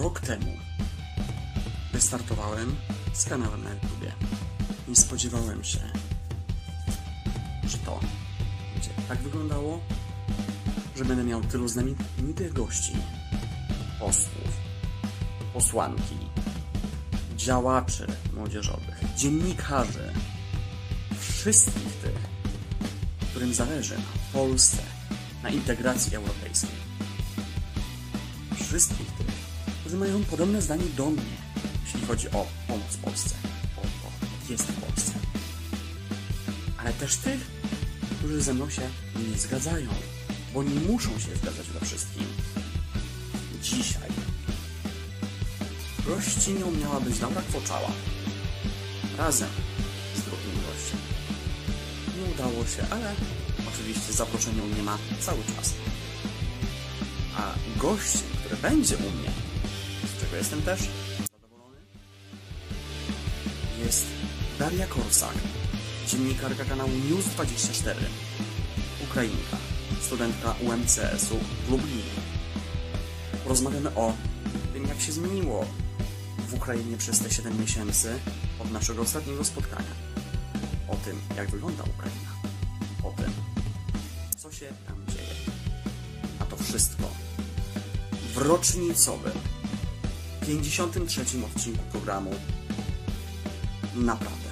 rok temu wystartowałem z kanałem na YouTubie. Nie spodziewałem się, że to będzie tak wyglądało, że będę miał tylu znamienitych gości, posłów, posłanki, działaczy młodzieżowych, dziennikarzy, wszystkich tych, którym zależy na Polsce, na integracji europejskiej. Wszystkich tych, którzy mają podobne zdanie do mnie, jeśli chodzi o pomoc Polsce, o to, jak jest w Polsce. Ale też tych, którzy ze mną się nie zgadzają, bo nie muszą się zgadzać we wszystkim. Dzisiaj gościnią miała być Laura Kwoczała razem z drugim gościem. Nie udało się, ale oczywiście zaproszenia nie ma cały czas. A gościem, który będzie u mnie, z czego jestem też zadowolony, jest Daria Korsak, dziennikarka kanału News24, Ukrainka, studentka UMCS-u w Lublinie. Porozmawiamy o tym, jak się zmieniło w Ukrainie przez te 7 miesięcy od naszego ostatniego spotkania. O tym, jak wygląda Ukraina. O tym, co się tam dzieje. A to wszystko w rocznicowym 53. odcinku programu Naprawdę.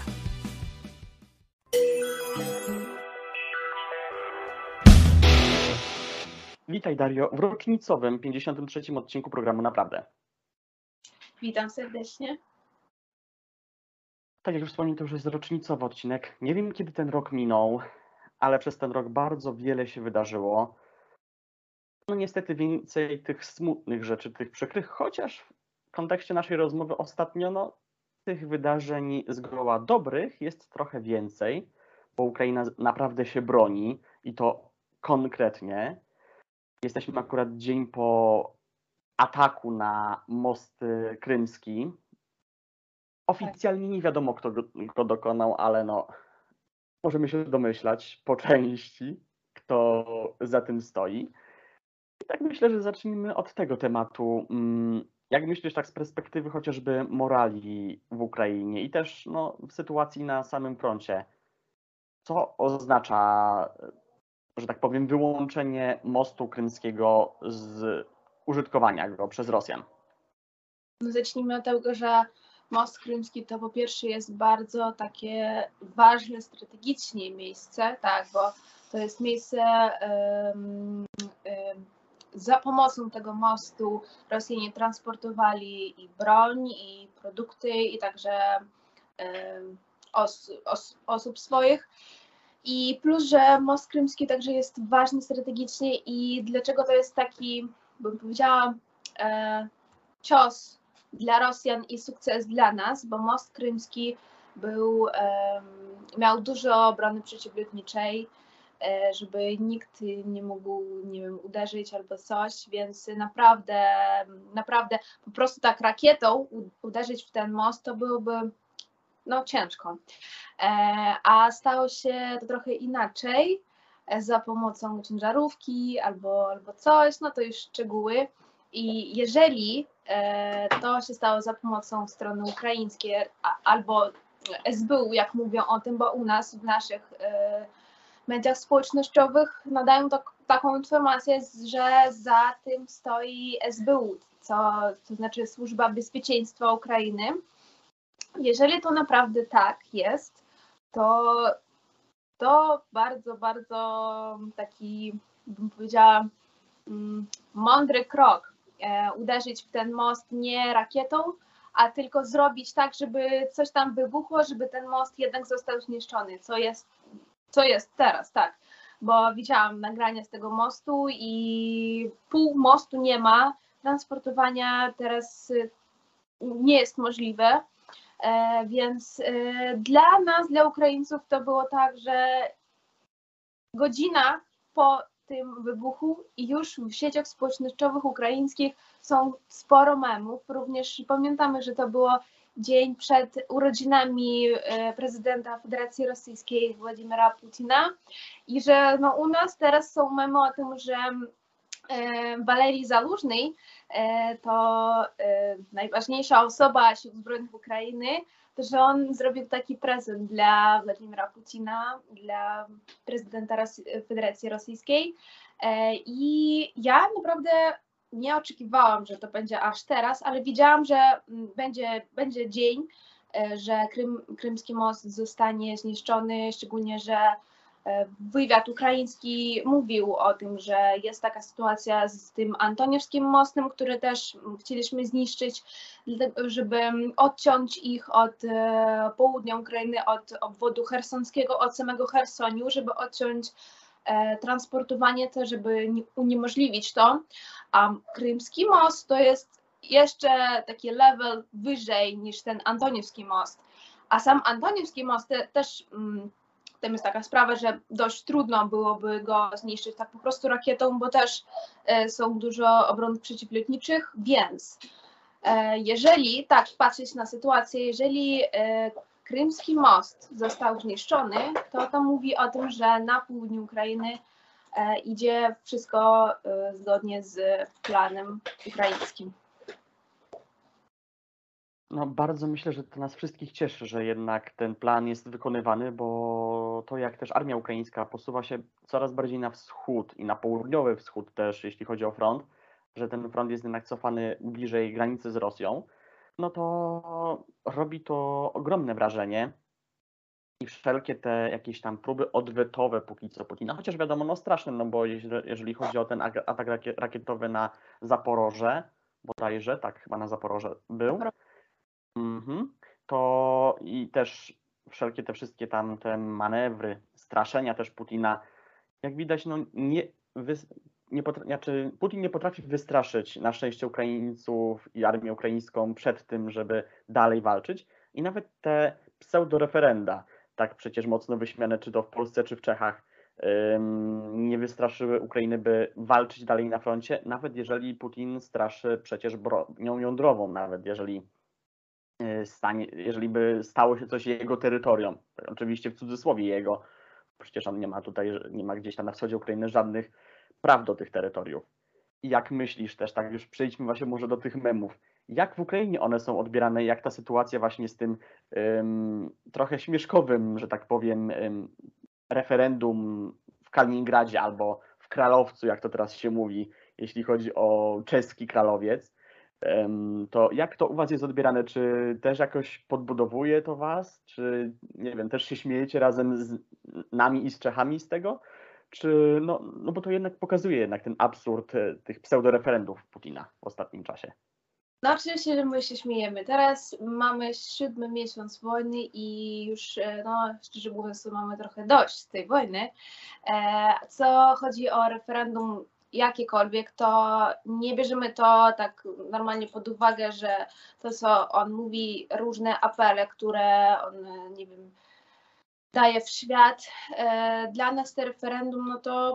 Witaj, Dario, w rocznicowym 53. odcinku programu Naprawdę. Witam serdecznie. Tak jak już wspomniałem, to już jest rocznicowy odcinek. Nie wiem, kiedy ten rok minął, ale przez ten rok bardzo wiele się wydarzyło. No niestety więcej tych smutnych rzeczy, tych przykrych, chociaż w kontekście naszej rozmowy ostatnio, no tych wydarzeń zgoła dobrych jest trochę więcej, bo Ukraina naprawdę się broni i to konkretnie. Jesteśmy akurat dzień po ataku na most krymski. Oficjalnie nie wiadomo, kto go dokonał, ale no możemy się domyślać po części, kto za tym stoi. I tak myślę, że zacznijmy od tego tematu. Jak myślisz tak z perspektywy chociażby morali w Ukrainie i też no, w sytuacji na samym froncie? Co oznacza, że tak powiem, wyłączenie mostu krymskiego z użytkowania go przez Rosjan? No zacznijmy od tego, że most krymski to po pierwsze jest bardzo takie ważne strategicznie miejsce, tak, bo to jest miejsce, za pomocą tego mostu Rosjanie transportowali i broń, i produkty, i także osób swoich. I plus, że most krymski także jest ważny strategicznie i dlaczego to jest taki, bym powiedziała, cios dla Rosjan i sukces dla nas, bo most krymski miał dużo obrony przeciwlotniczej, żeby nikt nie mógł, nie wiem, uderzyć albo coś, więc naprawdę po prostu tak rakietą uderzyć w ten most to byłoby no ciężko. A stało się to trochę inaczej, za pomocą ciężarówki albo coś, no to już szczegóły. I jeżeli to się stało za pomocą strony ukraińskiej albo SBU, jak mówią o tym, bo u nas w naszych mediach społecznościowych nadają taką informację, że za tym stoi SBU, to znaczy Służba Bezpieczeństwa Ukrainy. Jeżeli to naprawdę tak jest, to bardzo, bardzo taki, bym powiedziała, mądry krok. Uderzyć w ten most nie rakietą, a tylko zrobić tak, żeby coś tam wybuchło, żeby ten most jednak został zniszczony, co jest teraz, tak. Bo widziałam nagrania z tego mostu i pół mostu nie ma, transportowania teraz nie jest możliwe. Więc dla nas, dla Ukraińców to było tak, że godzina po tym wybuchu i już w sieciach społecznościowych ukraińskich są sporo memów. Również pamiętamy, że to było dzień przed urodzinami prezydenta Federacji Rosyjskiej Władimira Putina i że no, u nas teraz są memy o tym, że Walerii Załużnej, to najważniejsza osoba Sił Zbrojnych Ukrainy, to że on zrobił taki prezent dla Władimira Putina, dla prezydenta Federacji Rosyjskiej. I ja naprawdę nie oczekiwałam, że to będzie aż teraz, ale widziałam, że będzie dzień, że krymski most zostanie zniszczony, szczególnie, że wywiad ukraiński mówił o tym, że jest taka sytuacja z tym Antoniewskim mostem, który też chcieliśmy zniszczyć, żeby odciąć ich od południa Ukrainy, od obwodu chersonskiego, od samego Chersoniu, żeby odciąć transportowanie to, żeby uniemożliwić to. A krymski most to jest jeszcze taki level wyżej niż ten Antoniewski most. A sam Antoniewski most też tam jest taka sprawa, że dość trudno byłoby go zniszczyć tak po prostu rakietą, bo też są dużo obron przeciwlotniczych, więc jeżeli tak patrzeć na sytuację, jeżeli krymski most został zniszczony, to mówi o tym, że na południu Ukrainy idzie wszystko zgodnie z planem ukraińskim. No, bardzo myślę, że to nas wszystkich cieszy, że jednak ten plan jest wykonywany, bo to jak też armia ukraińska posuwa się coraz bardziej na wschód i na południowy wschód też, jeśli chodzi o front, że ten front jest jednak cofany bliżej granicy z Rosją, no to robi to ogromne wrażenie i wszelkie te jakieś tam próby odwetowe póki co Putina, chociaż wiadomo, no straszne, no bo jeżeli chodzi o ten atak rakietowy na Zaporoże, bodajże, tak chyba na Zaporoże był, to i też wszelkie te wszystkie tam te manewry, straszenia też Putina, jak widać, no Putin nie potrafi wystraszyć na szczęście Ukraińców i armię ukraińską przed tym, żeby dalej walczyć. I nawet te pseudoreferenda, tak przecież mocno wyśmiane, czy to w Polsce, czy w Czechach, nie wystraszyły Ukrainy, by walczyć dalej na froncie, nawet jeżeli Putin straszy przecież bronią jądrową, nawet jeżeli by stało się coś jego terytorium, oczywiście w cudzysłowie jego, przecież on nie ma gdzieś tam na wschodzie Ukrainy żadnych praw do tych terytoriów. I jak myślisz też, tak już przejdźmy właśnie może do tych memów, jak w Ukrainie one są odbierane, jak ta sytuacja właśnie z tym trochę śmieszkowym, że tak powiem, referendum w Kaliningradzie albo w Kralowcu, jak to teraz się mówi, jeśli chodzi o czeski Kralowiec, to jak to u was jest odbierane? Czy też jakoś podbudowuje to was? Czy nie wiem, też się śmiejecie razem z nami i z Czechami z tego? Czy no bo to jednak pokazuje jednak ten absurd tych pseudoreferendów Putina w ostatnim czasie. No oczywiście, że my się śmiejemy. Teraz mamy 7. miesiąc wojny i już, no szczerze mówiąc, to mamy trochę dość tej wojny. Co chodzi o referendum jakiekolwiek, to nie bierzemy to tak normalnie pod uwagę, że to, co on mówi, różne apele, które on, nie wiem, daje w świat. Dla nas to referendum, no to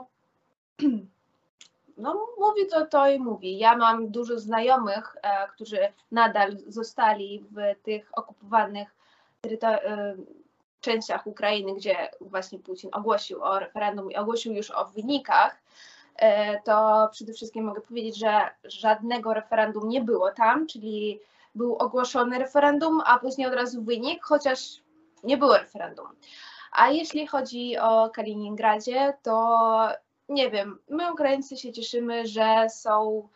no, mówi to i mówi. Ja mam dużo znajomych, którzy nadal zostali w tych okupowanych częściach Ukrainy, gdzie właśnie Putin ogłosił o referendum i ogłosił już o wynikach. To przede wszystkim mogę powiedzieć, że żadnego referendum nie było tam, czyli był ogłoszony referendum, a później od razu wynik, chociaż nie było referendum. A jeśli chodzi o Kaliningradzie, to nie wiem, my Ukraińcy się cieszymy, że są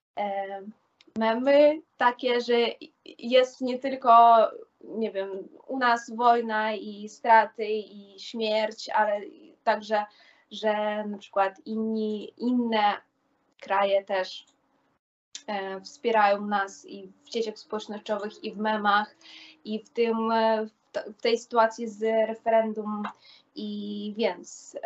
memy takie, że jest nie tylko, nie wiem, u nas wojna i straty i śmierć, ale także, że na przykład inne kraje też wspierają nas i w sieciach społecznościowych, i w memach, i w tej sytuacji z referendum. I więc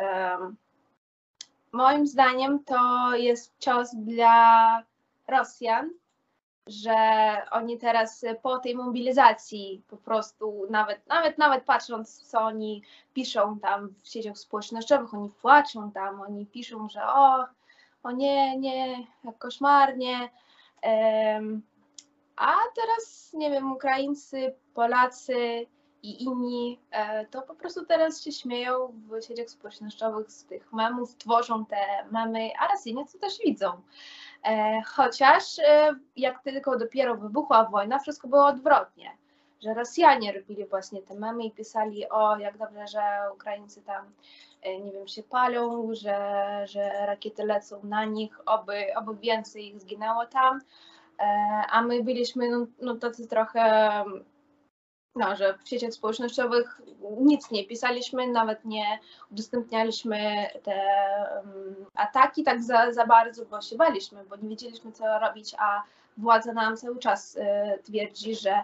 moim zdaniem to jest cios dla Rosjan, że oni teraz po tej mobilizacji po prostu, nawet patrząc, co oni piszą tam w sieciach społecznościowych, oni płaczą tam, oni piszą, że o nie, jak koszmarnie. A teraz, nie wiem, Ukraińcy, Polacy i inni, to po prostu teraz się śmieją w sieciach społecznościowych z tych memów, tworzą te memy, a Rosjanie to też widzą. Chociaż jak tylko dopiero wybuchła wojna, wszystko było odwrotnie, że Rosjanie robili właśnie te memy i pisali, o jak dobrze, że Ukraińcy tam, nie wiem, się palą, że rakiety lecą na nich, oby więcej ich zginęło tam, a my byliśmy no tacy trochę, no, że w sieciach społecznościowych nic nie pisaliśmy, nawet nie udostępnialiśmy te ataki tak za bardzo, bo się baliśmy, bo nie wiedzieliśmy, co robić, a władza nam cały czas twierdzi, że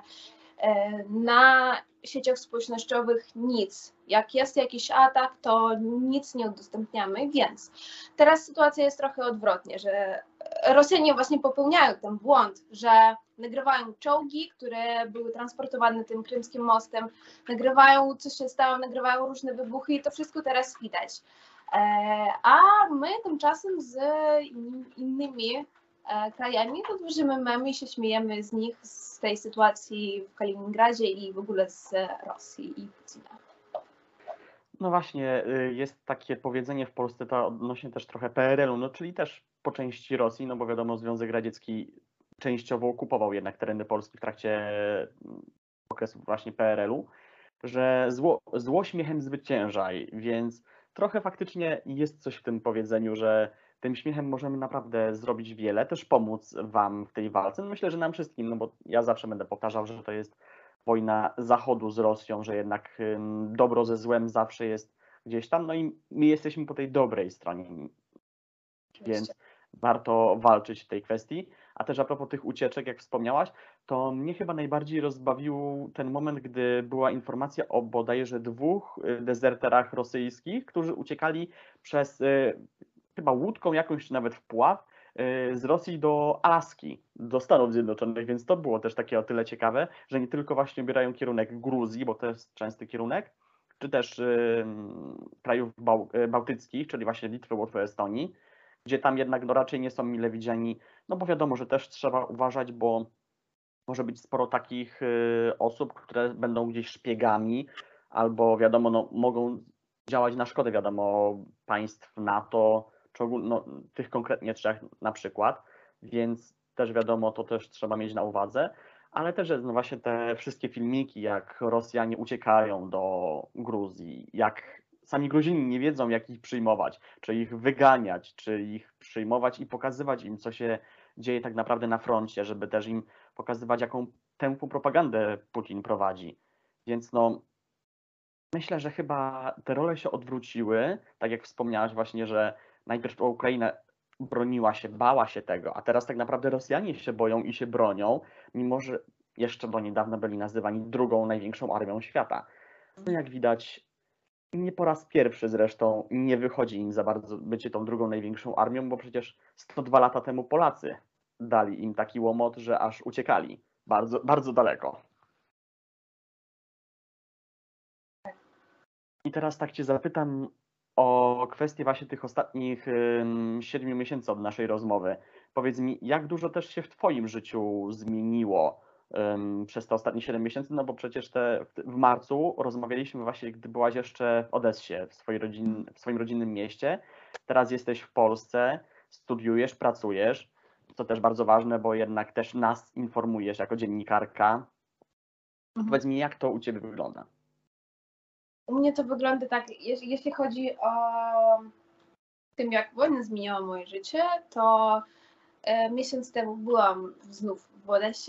na sieciach społecznościowych nic. Jak jest jakiś atak, to nic nie udostępniamy, więc teraz sytuacja jest trochę odwrotnie, że Rosjanie właśnie popełniają ten błąd, że nagrywają czołgi, które były transportowane tym krymskim mostem, nagrywają, co się stało, nagrywają różne wybuchy i to wszystko teraz widać. A my tymczasem z innymi krajami to tworzymy memy i się śmiejemy z nich, z tej sytuacji w Kaliningradzie i w ogóle z Rosji i Putina. No właśnie, jest takie powiedzenie w Polsce to odnośnie też trochę PRL-u, no czyli też po części Rosji, no bo wiadomo, Związek Radziecki częściowo okupował jednak tereny Polski w trakcie okresu właśnie PRL-u, że zło śmiechem zwyciężaj, więc trochę faktycznie jest coś w tym powiedzeniu, że tym śmiechem możemy naprawdę zrobić wiele, też pomóc wam w tej walce. No myślę, że nam wszystkim, no bo ja zawsze będę powtarzał, że to jest wojna Zachodu z Rosją, że jednak dobro ze złem zawsze jest gdzieś tam, no i my jesteśmy po tej dobrej stronie, więc warto walczyć w tej kwestii. A też a propos tych ucieczek, jak wspomniałaś, to mnie chyba najbardziej rozbawił ten moment, gdy była informacja o bodajże 2 dezerterach rosyjskich, którzy uciekali przez chyba łódką jakąś, czy nawet wpław z Rosji do Alaski, do Stanów Zjednoczonych, więc to było też takie o tyle ciekawe, że nie tylko właśnie obierają kierunek Gruzji, bo to jest częsty kierunek, czy też krajów bałtyckich, czyli właśnie Litwy, Łotwy, Estonii, gdzie tam jednak no, raczej nie są mile widziani, no bo wiadomo, że też trzeba uważać, bo może być sporo takich osób, które będą gdzieś szpiegami, albo wiadomo, no, mogą działać na szkodę, wiadomo, państw NATO, czy no, tych konkretnie 3 na przykład, więc też wiadomo, to też trzeba mieć na uwadze, ale też no właśnie te wszystkie filmiki, jak Rosjanie uciekają do Gruzji, jak sami Gruzini nie wiedzą, jak ich przyjmować, czy ich wyganiać, czy ich przyjmować i pokazywać im, co się dzieje tak naprawdę na froncie, żeby też im pokazywać, jaką tępą propagandę Putin prowadzi. Więc no, myślę, że chyba te role się odwróciły, tak jak wspomniałaś właśnie, że najpierw Ukraina broniła się, bała się tego, a teraz tak naprawdę Rosjanie się boją i się bronią, mimo że jeszcze do niedawna byli nazywani drugą największą armią świata. No jak widać, nie po raz pierwszy zresztą nie wychodzi im za bardzo bycie tą drugą największą armią, bo przecież 102 lata temu Polacy dali im taki łomot, że aż uciekali bardzo, bardzo daleko. I teraz tak Cię zapytam o kwestię właśnie tych ostatnich 7 miesięcy od naszej rozmowy. Powiedz mi, jak dużo też się w Twoim życiu zmieniło przez te ostatnie 7 miesięcy? No bo przecież w marcu rozmawialiśmy właśnie, gdy byłaś jeszcze w Odessie, w swoim rodzinnym mieście. Teraz jesteś w Polsce, studiujesz, pracujesz, co też bardzo ważne, bo jednak też nas informujesz jako dziennikarka. Powiedz mi, jak to u Ciebie wygląda? U mnie to wygląda tak, jeśli chodzi o tym, jak wojna zmieniała moje życie, to miesiąc temu byłam znów w Odessie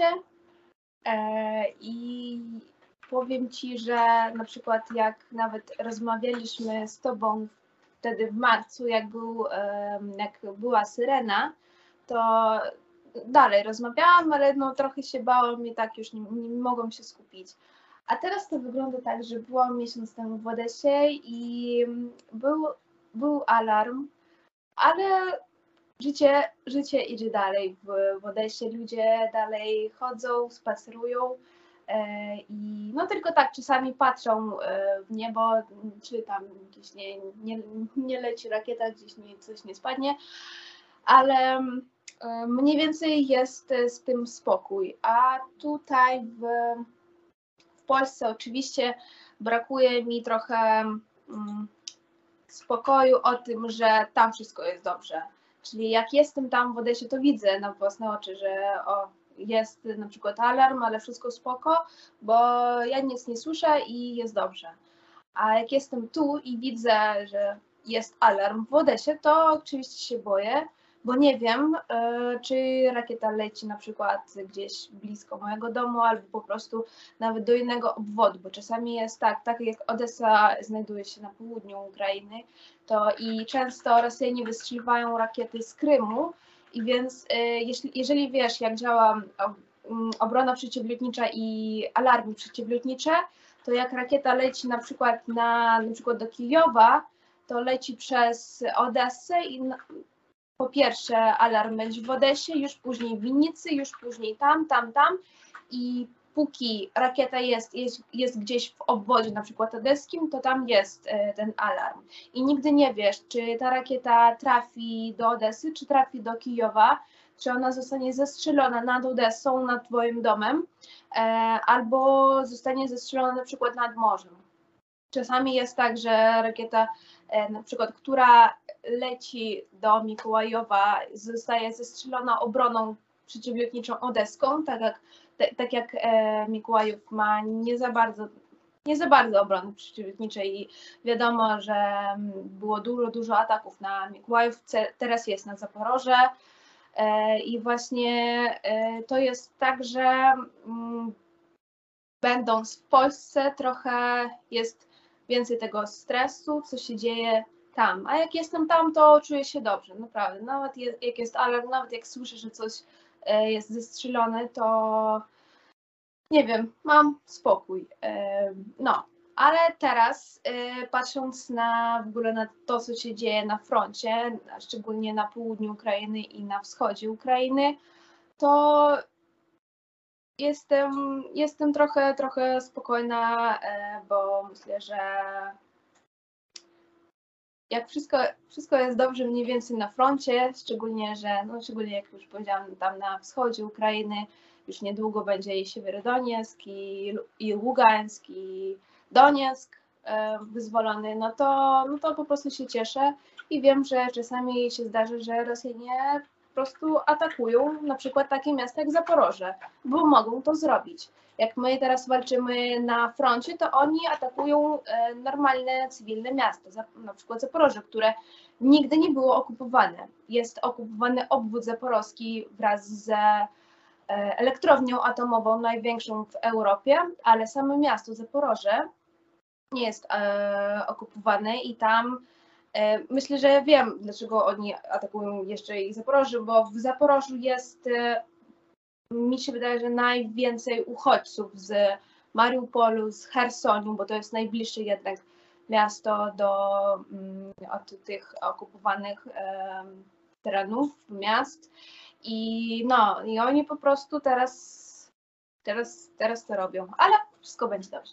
i powiem Ci, że na przykład jak nawet rozmawialiśmy z Tobą wtedy w marcu, jak była syrena, to dalej rozmawiałam, ale no trochę się bałam i tak już nie mogłam się skupić. A teraz to wygląda tak, że byłam miesiąc temu w Odessie i był alarm, ale życie idzie dalej w Odessie, ludzie dalej chodzą, spacerują i no tylko tak czasami patrzą w niebo, czy tam gdzieś nie leci rakieta, gdzieś coś nie spadnie, ale mniej więcej jest z tym spokój. A tutaj w Polsce oczywiście brakuje mi trochę spokoju o tym, że tam wszystko jest dobrze. Czyli jak jestem tam w Odesie, to widzę na własne oczy, że jest na przykład alarm, ale wszystko spoko, bo ja nic nie słyszę i jest dobrze. A jak jestem tu i widzę, że jest alarm w Odesie, to oczywiście się boję, bo nie wiem, czy rakieta leci na przykład gdzieś blisko mojego domu, albo po prostu nawet do innego obwodu, bo czasami jest tak jak Odessa znajduje się na południu Ukrainy, to i często Rosjanie wystrzeliwają rakiety z Krymu, i więc jeżeli wiesz, jak działa obrona przeciwlotnicza i alarmy przeciwlotnicze, to jak rakieta leci na przykład do Kijowa, to leci przez Odessę i po pierwsze alarm będzie w Odessie, już później w Winnicy, już później tam i póki rakieta jest gdzieś w obwodzie na przykład odeskim, to tam jest ten alarm. I nigdy nie wiesz, czy ta rakieta trafi do Odessy, czy trafi do Kijowa, czy ona zostanie zestrzelona nad Odessą, nad twoim domem, albo zostanie zestrzelona na przykład nad morzem. Czasami jest tak, że rakieta, na przykład, która leci do Mikołajowa, zostaje zestrzelona obroną przeciwlotniczą odeską, tak jak Mikołajów ma nie za bardzo obrony przeciwlotniczej i wiadomo, że było dużo ataków na Mikołajów, teraz jest na Zaporoże i właśnie to jest tak, że będąc w Polsce trochę jest więcej tego stresu, co się dzieje tam. A jak jestem tam, to czuję się dobrze, naprawdę. Nawet jak jest alarm, nawet jak słyszę, że coś jest zestrzelone, to nie wiem, mam spokój. No, ale teraz patrząc w ogóle na to, co się dzieje na froncie, szczególnie na południu Ukrainy i na wschodzie Ukrainy, to jestem trochę spokojna, bo myślę, że jak wszystko jest dobrze mniej więcej na froncie, szczególnie jak już powiedziałam, tam na wschodzie Ukrainy już niedługo będzie i Siewierodoniec, i Ługańsk, i Donieck wyzwolony, no to po prostu się cieszę i wiem, że czasami się zdarzy, że Rosjanie po prostu atakują na przykład takie miasta jak Zaporoże, bo mogą to zrobić. Jak my teraz walczymy na froncie, to oni atakują normalne, cywilne miasto, na przykład Zaporoże, które nigdy nie było okupowane. Jest okupowany obwód zaporowski wraz z elektrownią atomową, największą w Europie, ale samo miasto Zaporoże nie jest okupowane i tam myślę, że wiem, dlaczego oni atakują jeszcze i Zaporoże, bo w Zaporożu jest, mi się wydaje, że najwięcej uchodźców z Mariupolu, z Chersoniu, bo to jest najbliższe jednak miasto od tych okupowanych terenów, miast. I oni po prostu teraz to robią, ale wszystko będzie dobrze.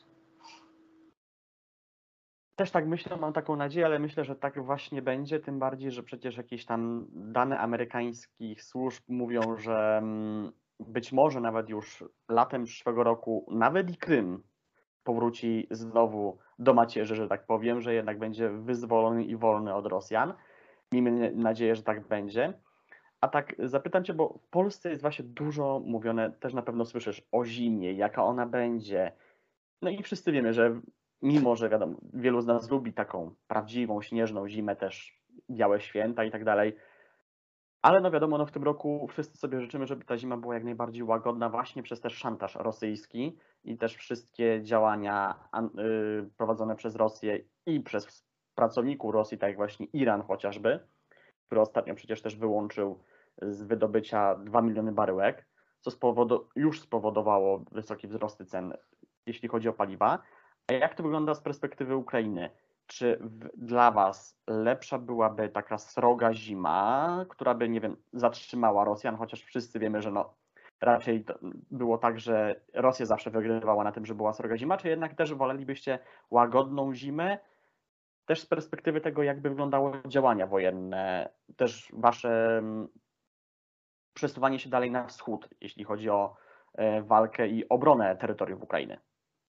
Też tak myślę, mam taką nadzieję, ale myślę, że tak właśnie będzie, tym bardziej, że przecież jakieś tam dane amerykańskich służb mówią, że być może nawet już latem przyszłego roku nawet i Krym powróci znowu do macierzy, że tak powiem, że jednak będzie wyzwolony i wolny od Rosjan. Miejmy nadzieję, że tak będzie. A tak zapytam Cię, bo w Polsce jest właśnie dużo mówione, też na pewno słyszysz o zimie, jaka ona będzie. No i wszyscy wiemy, że mimo, że wiadomo, wielu z nas lubi taką prawdziwą, śnieżną zimę, też białe święta i tak dalej, ale no wiadomo, w tym roku wszyscy sobie życzymy, żeby ta zima była jak najbardziej łagodna właśnie przez też szantaż rosyjski i też wszystkie działania prowadzone przez Rosję i przez pracowników Rosji, tak jak właśnie Iran chociażby, który ostatnio przecież też wyłączył z wydobycia 2 miliony baryłek, co już spowodowało wysokie wzrosty cen, jeśli chodzi o paliwa. A jak to wygląda z perspektywy Ukrainy? Czy dla Was lepsza byłaby taka sroga zima, która by, nie wiem, zatrzymała Rosjan, chociaż wszyscy wiemy, że raczej to było tak, że Rosja zawsze wygrywała na tym, że była sroga zima, czy jednak też wolelibyście łagodną zimę, też z perspektywy tego, jakby wyglądały działania wojenne, też Wasze przesuwanie się dalej na wschód, jeśli chodzi o walkę i obronę terytoriów Ukrainy?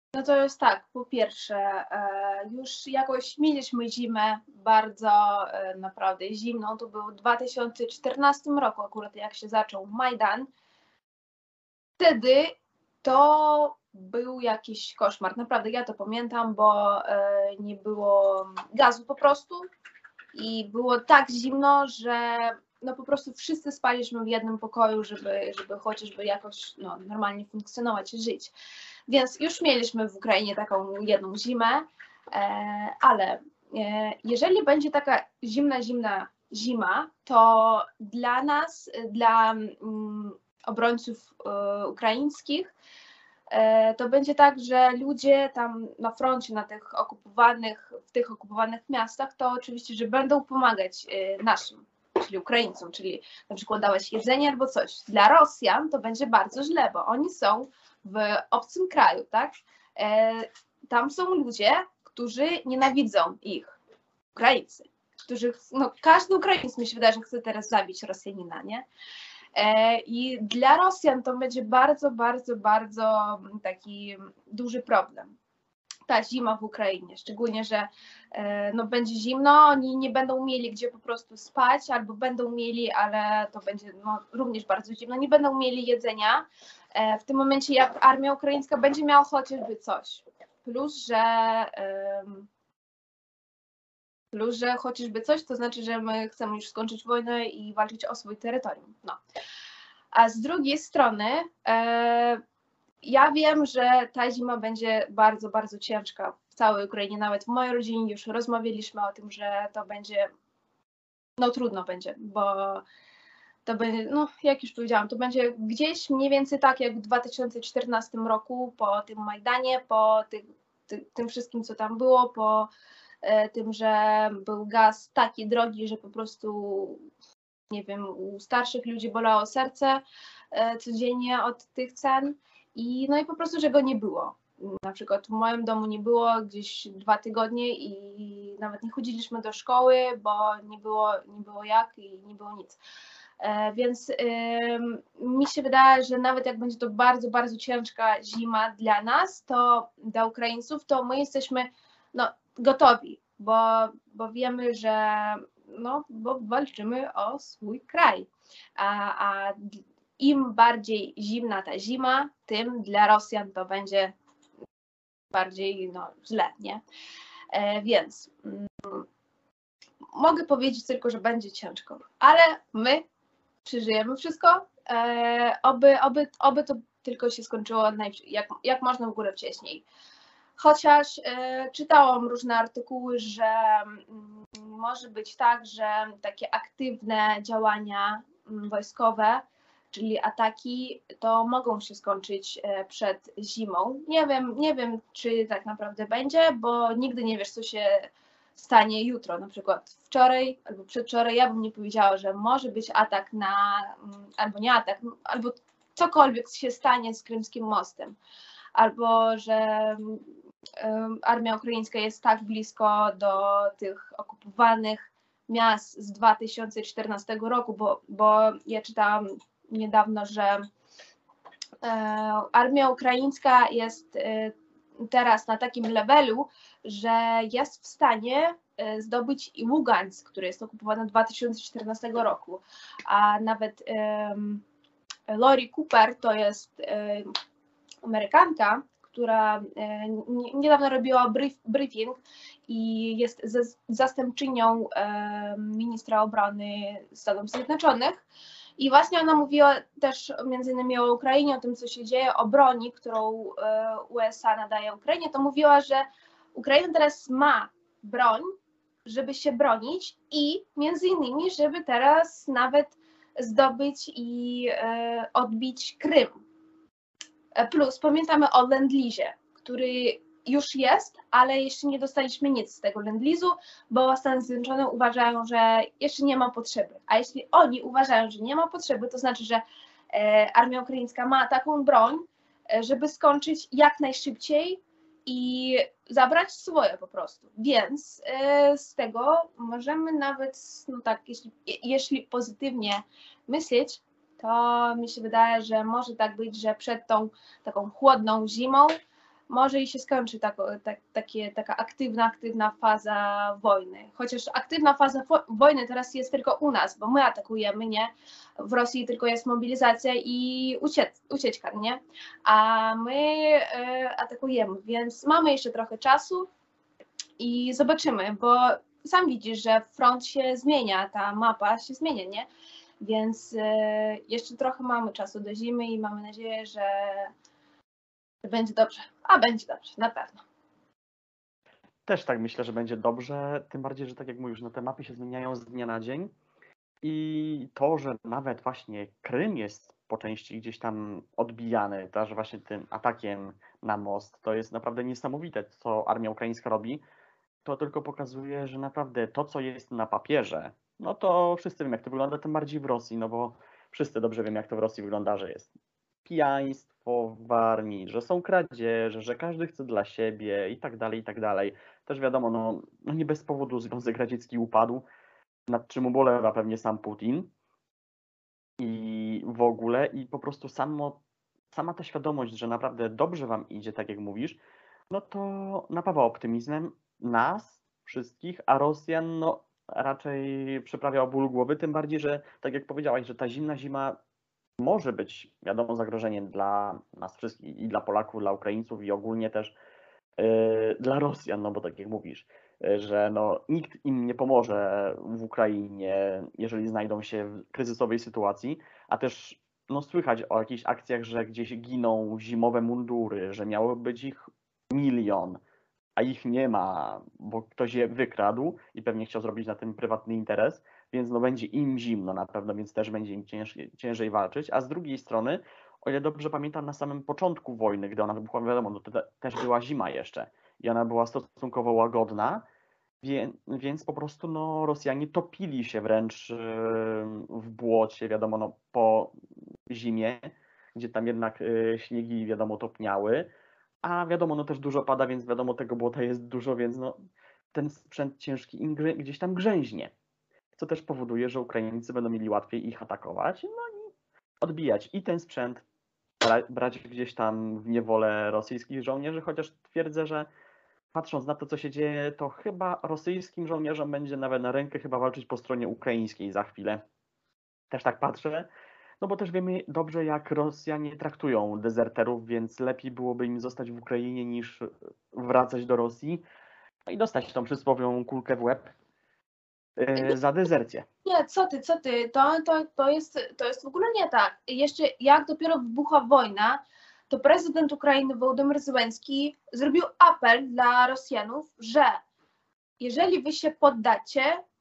No to jest tak, po pierwsze, już jakoś mieliśmy zimę bardzo naprawdę zimną, to było w 2014 roku akurat jak się zaczął Majdan. Wtedy to był jakiś koszmar, naprawdę ja to pamiętam, bo nie było gazu po prostu i było tak zimno, że no po prostu wszyscy spaliśmy w jednym pokoju, żeby chociażby jakoś no, normalnie funkcjonować i żyć. Więc już mieliśmy w Ukrainie taką jedną zimę, ale jeżeli będzie taka zimna zima, to dla nas, dla obrońców ukraińskich, to będzie tak, że ludzie tam na froncie, w tych okupowanych miastach, to oczywiście, że będą pomagać naszym, czyli Ukraińcom, czyli na przykład dawać jedzenie albo coś. Dla Rosjan to będzie bardzo źle, bo oni są w obcym kraju, tak? Tam są ludzie, którzy nienawidzą ich, Ukraińcy, którzy, no każdy Ukraińc mi się wydaje, że chce teraz zabić Rosjanina, nie? I dla Rosjan to będzie bardzo, bardzo, bardzo taki duży problem. Ta zima w Ukrainie, szczególnie, że no, będzie zimno, oni nie będą mieli gdzie po prostu spać, albo będą mieli, ale to będzie no, również bardzo zimno, nie będą mieli jedzenia. W tym momencie jak armia ukraińska będzie miała chociażby coś. Plus, że chociażby coś, to znaczy, że my chcemy już skończyć wojnę i walczyć o swoje terytorium. No. A z drugiej strony ja wiem, że ta zima będzie bardzo, bardzo ciężka w całej Ukrainie, nawet w mojej rodzinie już rozmawialiśmy o tym, że to będzie, no trudno będzie, bo to będzie, no jak już powiedziałam, to będzie gdzieś mniej więcej tak jak w 2014 roku po tym Majdanie, po tym wszystkim, co tam było, po tym, że był gaz taki drogi, że po prostu, nie wiem, u starszych ludzi bolało serce codziennie od tych cen no i po prostu, że go nie było. Na przykład w moim domu nie było gdzieś 2 tygodnie i nawet nie chodziliśmy do szkoły, bo nie było jak i nie było nic. Więc mi się wydaje, że nawet jak będzie to bardzo, bardzo ciężka zima dla nas, to dla Ukraińców, to my jesteśmy no, gotowi, bo wiemy, że no, bo walczymy o swój kraj. A im bardziej zimna ta zima, tym dla Rosjan to będzie bardziej no, źle, nie? Więc mogę powiedzieć tylko, że będzie ciężko, ale my przeżyjemy wszystko, oby to tylko się skończyło jak można w ogóle wcześniej. Chociaż czytałam różne artykuły, że może być tak, że takie aktywne działania wojskowe, czyli ataki, to mogą się skończyć przed zimą. Nie wiem, czy tak naprawdę będzie, bo nigdy nie wiesz, co się stanie jutro. Na przykład wczoraj albo przedwczoraj ja bym nie powiedziała, że może być atak albo nie atak, albo cokolwiek się stanie z Krymskim Mostem, albo że armia ukraińska jest tak blisko do tych okupowanych miast z 2014 roku, bo ja czytałam niedawno, że armia ukraińska jest teraz na takim levelu, że jest w stanie zdobyć i Ługańsk, który jest okupowany w 2014 roku, a nawet Lori Cooper to jest Amerykanka, która niedawno robiła briefing i jest zastępczynią ministra obrony Stanów Zjednoczonych. I właśnie ona mówiła też między innymi o Ukrainie, o tym, co się dzieje, o broni, którą USA nadaje Ukrainie. To mówiła, że Ukraina teraz ma broń, żeby się bronić i między innymi, żeby teraz nawet zdobyć i odbić Krym. Plus pamiętamy o Lend-Leasie, który już jest, ale jeszcze nie dostaliśmy nic z tego Lend-Leasu, bo Stany Zjednoczone uważają, że jeszcze nie ma potrzeby. A jeśli oni uważają, że nie ma potrzeby, to znaczy, że armia ukraińska ma taką broń, żeby skończyć jak najszybciej i zabrać swoje po prostu. Więc z tego możemy nawet, no tak, jeśli pozytywnie myśleć, to mi się wydaje, że może tak być, że przed tą taką chłodną zimą może i się skończy taka aktywna faza wojny. Chociaż aktywna faza wojny teraz jest tylko u nas, bo my atakujemy, nie? W Rosji tylko jest mobilizacja i ucieczka, nie? A my atakujemy, więc mamy jeszcze trochę czasu i zobaczymy, bo sam widzisz, że front się zmienia, ta mapa się zmienia, nie? Więc jeszcze trochę mamy czasu do zimy i mamy nadzieję, że będzie dobrze. A będzie dobrze, na pewno. Też tak myślę, że będzie dobrze, tym bardziej, że tak jak mówisz, no te mapy się zmieniają z dnia na dzień i to, że nawet właśnie Krym jest po części gdzieś tam odbijany, też właśnie tym atakiem na most, to jest naprawdę niesamowite, co armia ukraińska robi. To tylko pokazuje, że naprawdę to, co jest na papierze, no to wszyscy wiemy, jak to wygląda, tym bardziej w Rosji, no bo wszyscy dobrze wiemy, jak to w Rosji wygląda, że jest pijaństwo w armii, że są kradzieże, że każdy chce dla siebie i tak dalej, i tak dalej. Też wiadomo, no nie bez powodu Związek Radziecki upadł, nad czym ubolewa pewnie sam Putin i w ogóle i po prostu sama ta świadomość, że naprawdę dobrze wam idzie, tak jak mówisz, no to napawa optymizmem nas wszystkich, a Rosjan no raczej przyprawia o ból głowy, tym bardziej, że tak jak powiedziałaś, że ta zimna zima może być, wiadomo, zagrożeniem dla nas wszystkich i dla Polaków, dla Ukraińców i ogólnie też dla Rosjan, no bo tak jak mówisz, że no, nikt im nie pomoże w Ukrainie, jeżeli znajdą się w kryzysowej sytuacji, a też no, słychać o jakichś akcjach, że gdzieś giną zimowe mundury, że miało być ich 1 000 000, a ich nie ma, bo ktoś je wykradł i pewnie chciał zrobić na tym prywatny interes, więc no będzie im zimno na pewno, więc też będzie im ciężej walczyć, a z drugiej strony, o ile dobrze pamiętam, na samym początku wojny, gdy ona wybuchła, wiadomo, no to też była zima jeszcze i ona była stosunkowo łagodna, więc po prostu no, Rosjanie topili się wręcz w błocie, wiadomo, no, po zimie, gdzie tam jednak śniegi, wiadomo, topniały, a wiadomo, no też dużo pada, więc wiadomo, tego błota jest dużo, więc no, ten sprzęt ciężki im gdzieś tam grzęźnie, co też powoduje, że Ukraińcy będą mieli łatwiej ich atakować, no i odbijać i ten sprzęt, brać gdzieś tam w niewolę rosyjskich żołnierzy, chociaż twierdzę, że patrząc na to, co się dzieje, to chyba rosyjskim żołnierzom będzie nawet na rękę chyba walczyć po stronie ukraińskiej za chwilę. Też tak patrzę, no bo też wiemy dobrze, jak Rosjanie traktują dezerterów, więc lepiej byłoby im zostać w Ukrainie niż wracać do Rosji no i dostać tą przysłowiową kulkę w łeb za dezercję. Nie, co ty, to jest w ogóle nie tak. Jeszcze jak dopiero wybuchła wojna, to prezydent Ukrainy Wołodymyr Zełenski zrobił apel dla Rosjanów, że jeżeli wy się poddacie,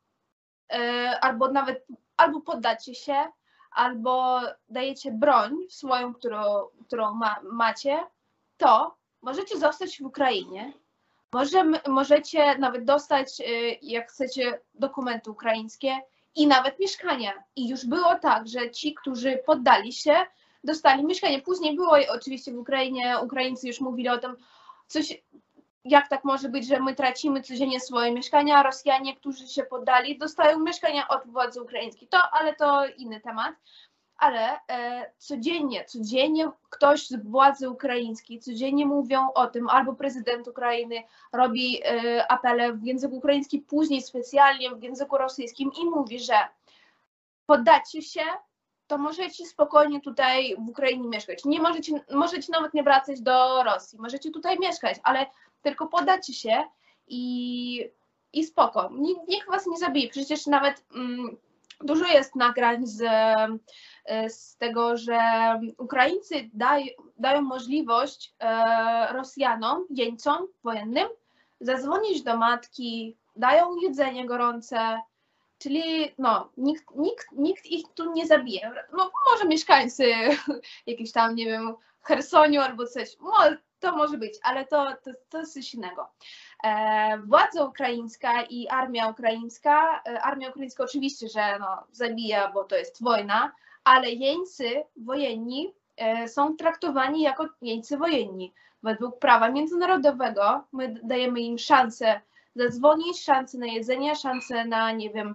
albo poddacie się, albo dajecie broń swoją, którą macie, to możecie zostać w Ukrainie. Możecie nawet dostać, jak chcecie, dokumenty ukraińskie i nawet mieszkania. I już było tak, że ci, którzy poddali się, dostali mieszkanie. Później było oczywiście w Ukrainie, Ukraińcy już mówili o tym, jak tak może być, że my tracimy codziennie swoje mieszkania, a Rosjanie, którzy się poddali, dostają mieszkania od władzy ukraińskiej. Ale to inny temat. Ale codziennie ktoś z władzy ukraińskiej, codziennie mówią o tym, albo prezydent Ukrainy robi apele w języku ukraińskim, później specjalnie w języku rosyjskim i mówi, że poddacie się, to możecie spokojnie tutaj w Ukrainie mieszkać. Nie możecie nawet nie wracać do Rosji, możecie tutaj mieszkać, ale tylko poddacie się i spoko. Nikt was nie zabije. Przecież nawet dużo jest nagrań z tego, że Ukraińcy dają możliwość Rosjanom, jeńcom wojennym, zadzwonić do matki, dają jedzenie gorące, czyli no, nikt ich tu nie zabije. No, może mieszkańcy jakieś tam, nie wiem, Chersoniu albo coś, to może być, ale to jest coś innego. Władza ukraińska i armia ukraińska oczywiście, że no, zabija, bo to jest wojna, ale jeńcy wojenni są traktowani jako jeńcy wojenni. Według prawa międzynarodowego my dajemy im szansę zadzwonić, szansę na jedzenie, szansę na, nie wiem,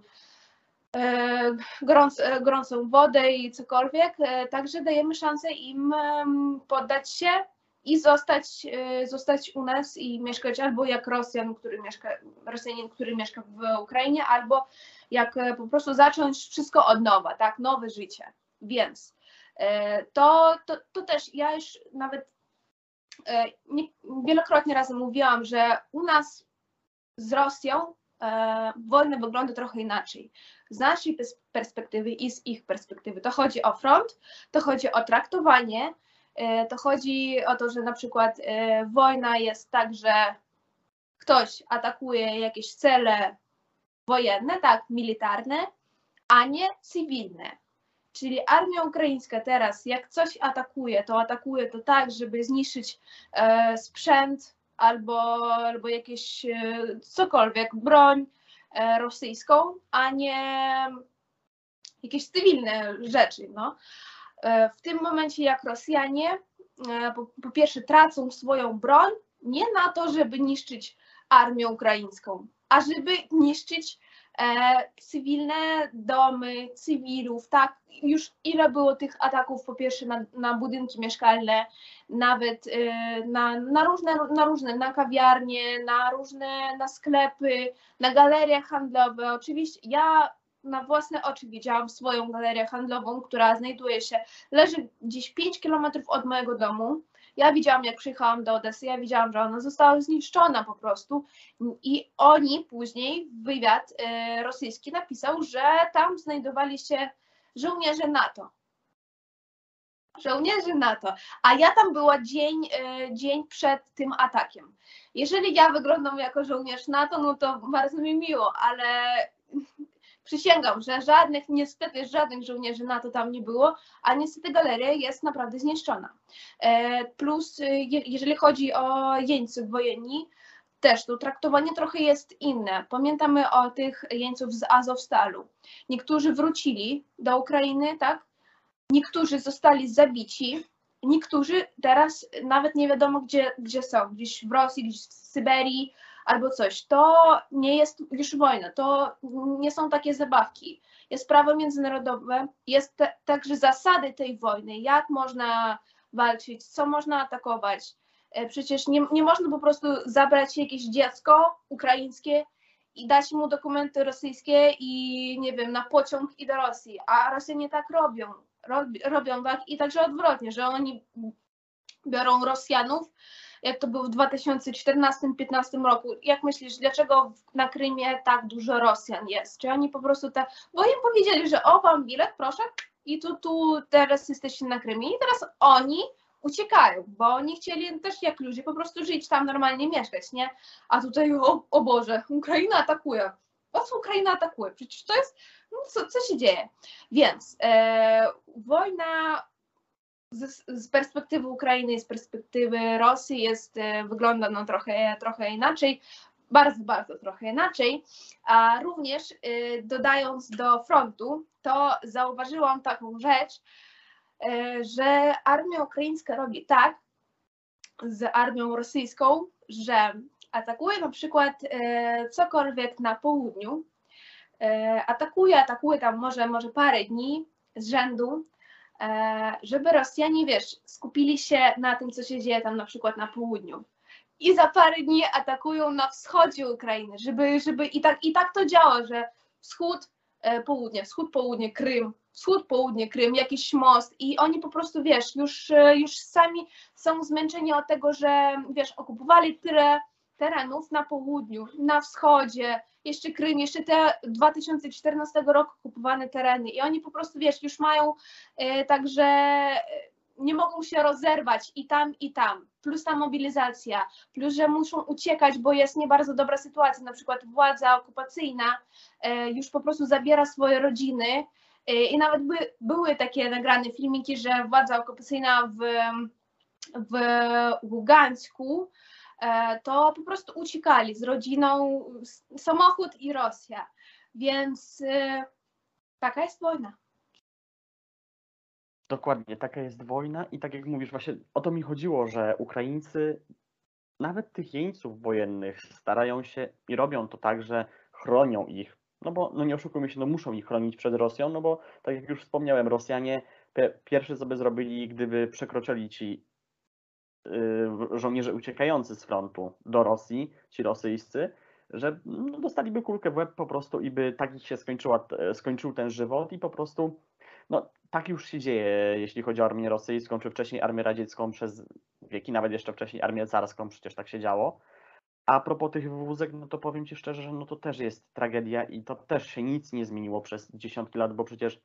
gorącą wodę i cokolwiek, także dajemy szansę im poddać się i zostać u nas i mieszkać albo jak Rosjanin, który mieszka w Ukrainie, albo jak po prostu zacząć wszystko od nowa, tak, nowe życie. Więc to też ja już nawet wielokrotnie razem mówiłam, że u nas z Rosją wojna wygląda trochę inaczej. Z naszej perspektywy i z ich perspektywy. To chodzi o front, to chodzi o traktowanie, to chodzi o to, że na przykład wojna jest tak, że ktoś atakuje jakieś cele wojenne, tak, militarne, a nie cywilne. Czyli armia ukraińska teraz, jak coś atakuje to tak, żeby zniszczyć sprzęt albo jakieś cokolwiek, broń rosyjską, a nie jakieś cywilne rzeczy. No. W tym momencie jak Rosjanie po pierwsze tracą swoją broń nie na to, żeby niszczyć armię ukraińską, a żeby niszczyć cywilne domy, cywilów, tak, już ile było tych ataków po pierwsze na budynki mieszkalne, nawet na różne, na kawiarnie, na sklepy, na galerie handlowe. Oczywiście ja na własne oczy widziałam swoją galerię handlową, która leży gdzieś 5 kilometrów od mojego domu. Ja widziałam, jak przyjechałam do Odessy, ja widziałam, że ona została zniszczona po prostu i oni później, wywiad rosyjski napisał, że tam znajdowali się żołnierze NATO. Żołnierze NATO, a ja tam była dzień przed tym atakiem. Jeżeli ja wyglądam jako żołnierz NATO, no to bardzo mi miło, ale przysięgam, że niestety żadnych żołnierzy NATO tam nie było, a niestety galeria jest naprawdę zniszczona. Plus, jeżeli chodzi o jeńców wojenni, też to traktowanie trochę jest inne. Pamiętamy o tych jeńców z Azowstalu. Niektórzy wrócili do Ukrainy, tak? Niektórzy zostali zabici, niektórzy teraz nawet nie wiadomo gdzie są, gdzieś w Rosji, gdzieś w Syberii, albo coś. To nie jest już wojna, to nie są takie zabawki. Jest prawo międzynarodowe, jest także zasady tej wojny, jak można walczyć, co można atakować. Przecież nie można po prostu zabrać jakieś dziecko ukraińskie i dać mu dokumenty rosyjskie i nie wiem, na pociąg i do Rosji, a Rosjanie tak robią tak i także odwrotnie, że oni biorą Rosjanów, jak to było w 2014-2015 roku. Jak myślisz, dlaczego na Krymie tak dużo Rosjan jest? Czy oni po prostu tak, bo im powiedzieli, że o, wam bilet, proszę, i tu teraz jesteście na Krymie i teraz oni uciekają, bo oni chcieli też jak ludzie po prostu żyć tam, normalnie mieszkać, nie? A tutaj, o Boże, Ukraina atakuje. Po co Ukraina atakuje? Przecież to jest, no co się dzieje? Więc wojna z perspektywy Ukrainy i z perspektywy Rosji wygląda no trochę inaczej, bardzo trochę inaczej, a również dodając do frontu, to zauważyłam taką rzecz, że armia ukraińska robi tak z armią rosyjską, że atakuje na przykład cokolwiek na południu, atakuje tam może parę dni z rzędu, żeby Rosjanie, wiesz, skupili się na tym, co się dzieje tam na przykład na południu. I za parę dni atakują na wschodzie Ukrainy, żeby i tak to działa, że wschód, południe, Krym, wschód, południe, Krym, jakiś most i oni po prostu, wiesz, już sami są zmęczeni od tego, że, wiesz, okupowali tyle terenów na południu, na wschodzie, jeszcze Krym, jeszcze te 2014 roku okupowane tereny i oni po prostu, wiesz, już mają także nie mogą się rozerwać i tam, plus ta mobilizacja, plus, że muszą uciekać, bo jest nie bardzo dobra sytuacja, na przykład władza okupacyjna już po prostu zabiera swoje rodziny i nawet były takie nagrane filmiki, że władza okupacyjna w Ługańsku to po prostu uciekali z rodziną, samochód i Rosja, więc taka jest wojna. Dokładnie, taka jest wojna i tak jak mówisz, właśnie o to mi chodziło, że Ukraińcy, nawet tych jeńców wojennych, starają się i robią to tak, że chronią ich, no bo no nie oszukujmy się, no muszą ich chronić przed Rosją, no bo tak jak już wspomniałem, Rosjanie pierwsze co by zrobili, gdyby przekroczyli ci żołnierze uciekający z frontu do Rosji, ci rosyjscy, że no, dostaliby kulkę w łeb po prostu i by tak ich się skończył ten żywot i po prostu no, tak już się dzieje, jeśli chodzi o armię rosyjską, czy wcześniej armię radziecką przez wieki, nawet jeszcze wcześniej armię carską, przecież tak się działo. A propos tych wywózek, no to powiem Ci szczerze, że no to też jest tragedia i to też się nic nie zmieniło przez dziesiątki lat, bo przecież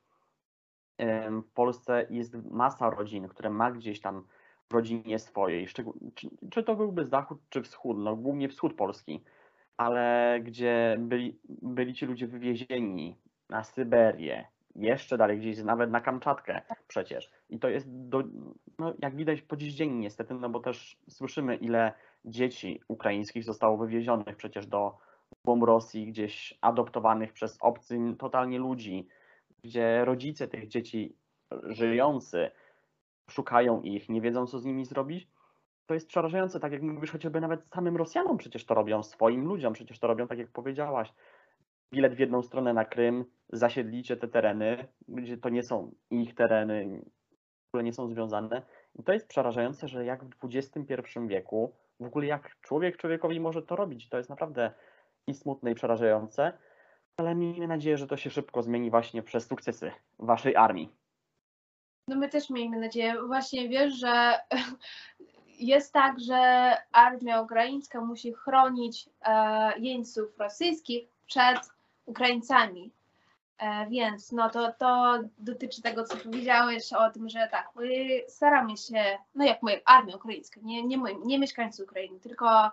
w Polsce jest masa rodzin, które ma gdzieś tam w rodzinie swojej, czy to byłby zachód, czy wschód, no głównie wschód Polski, ale gdzie byli ci ludzie wywiezieni na Syberię, jeszcze dalej gdzieś, nawet na Kamczatkę przecież. I to jest, no, jak widać po dziś dzień niestety, no bo też słyszymy, ile dzieci ukraińskich zostało wywiezionych przecież do głąb Rosji, gdzieś adoptowanych przez obcych totalnie ludzi, gdzie rodzice tych dzieci żyjący szukają ich, nie wiedzą co z nimi zrobić. To jest przerażające, tak jak mówisz, chociażby nawet samym Rosjanom przecież to robią, swoim ludziom przecież to robią, tak jak powiedziałaś. Bilet w jedną stronę na Krym, zasiedlicie te tereny, gdzie to nie są ich tereny, które nie są związane. I to jest przerażające, że jak w XXI wieku, w ogóle jak człowiek człowiekowi może to robić, to jest naprawdę i smutne, i przerażające, ale miejmy nadzieję, że to się szybko zmieni właśnie przez sukcesy waszej armii. No my też miejmy nadzieję. Właśnie wiesz, że jest tak, że armia ukraińska musi chronić jeńców rosyjskich przed Ukraińcami. Więc no to dotyczy tego, co powiedziałeś o tym, że tak, my staramy się, no jak my, armia ukraińska, nie mieszkańcy Ukrainy, tylko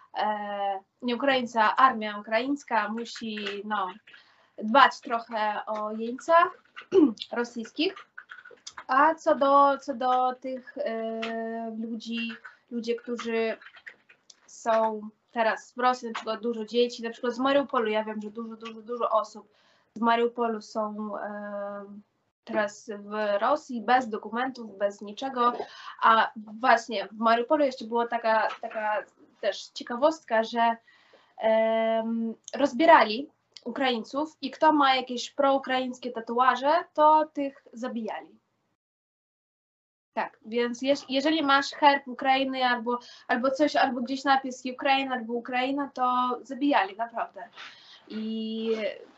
nie Ukraińca, armia ukraińska musi no, dbać trochę o jeńcach rosyjskich. A co do tych ludzi, którzy są teraz w Rosji, na przykład dużo dzieci, na przykład z Mariupolu, ja wiem, że dużo osób z Mariupolu są teraz w Rosji bez dokumentów, bez niczego, a właśnie w Mariupolu jeszcze była taka też ciekawostka, że rozbierali Ukraińców i kto ma jakieś proukraińskie tatuaże, to tych zabijali. Tak, więc jeżeli masz herb Ukrainy albo coś, albo gdzieś napis Ukraina albo Ukraina, to zabijali, naprawdę. I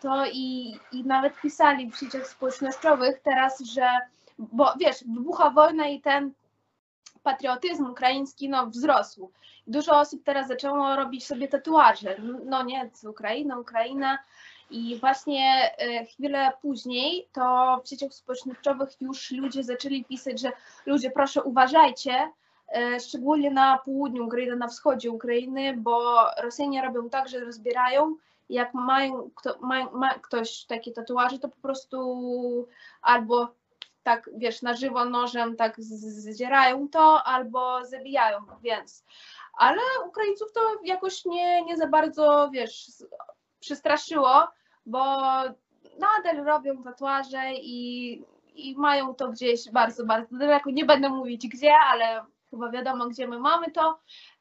nawet pisali w sieciach społecznościowych teraz, że, bo wiesz, wybucha wojna i ten patriotyzm ukraiński no, wzrósł. Dużo osób teraz zaczęło robić sobie tatuaże. No nie, Ukraina. I właśnie chwilę później to w sieciach społecznościowych już ludzie zaczęli pisać, że ludzie proszę uważajcie, szczególnie na południu Ukrainy, na wschodzie Ukrainy, bo Rosjanie robią tak, że rozbierają. Jak ma ktoś takie tatuaże, to po prostu albo tak, wiesz, na żywo nożem tak zdzierają to, albo zabijają, więc. Ale Ukraińców to jakoś nie za bardzo, wiesz, przestraszyło, bo nadal robią tatuaże i mają to gdzieś bardzo, bardzo daleko. Nie będę mówić gdzie, ale chyba wiadomo, gdzie my mamy to,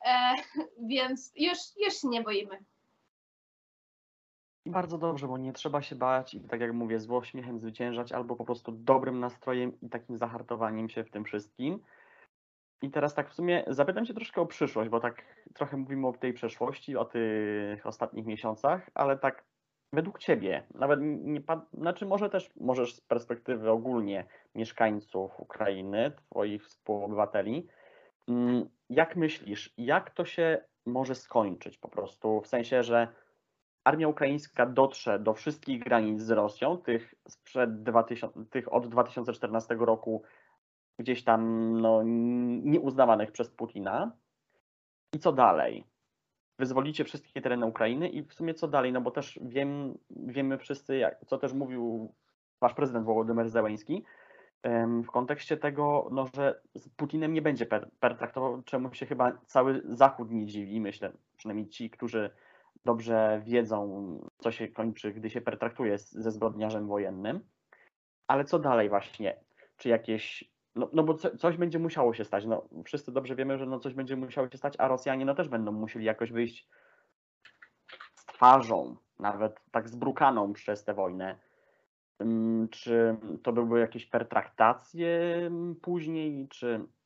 więc już się nie boimy. I bardzo dobrze, bo nie trzeba się bać i tak jak mówię, z uśmiechem zwyciężać albo po prostu dobrym nastrojem i takim zahartowaniem się w tym wszystkim. I teraz tak w sumie zapytam Cię troszkę o przyszłość, bo tak trochę mówimy o tej przeszłości, o tych ostatnich miesiącach, ale tak według Ciebie, nawet nie, znaczy może też możesz z perspektywy ogólnie mieszkańców Ukrainy, Twoich współobywateli, jak myślisz, jak to się może skończyć po prostu, w sensie, że armia ukraińska dotrze do wszystkich granic z Rosją, tych od 2014 roku, gdzieś tam no, nieuznawanych przez Putina. I co dalej? Wyzwolicie wszystkie tereny Ukrainy i w sumie co dalej? No bo też wiemy wszyscy, co też mówił wasz prezydent Wołodymyr Zełenski, w kontekście tego, no, że z Putinem nie będzie pertraktował, czemu się chyba cały Zachód nie dziwi, myślę, przynajmniej ci, którzy dobrze wiedzą, co się kończy, gdy się pertraktuje ze zbrodniarzem wojennym. Ale co dalej właśnie? Czy jakieś... No bo coś będzie musiało się stać. No, wszyscy dobrze wiemy, że no coś będzie musiało się stać, a Rosjanie no też będą musieli jakoś wyjść z twarzą, nawet tak zbrukaną przez tę wojnę. Czy to były jakieś pertraktacje później, czy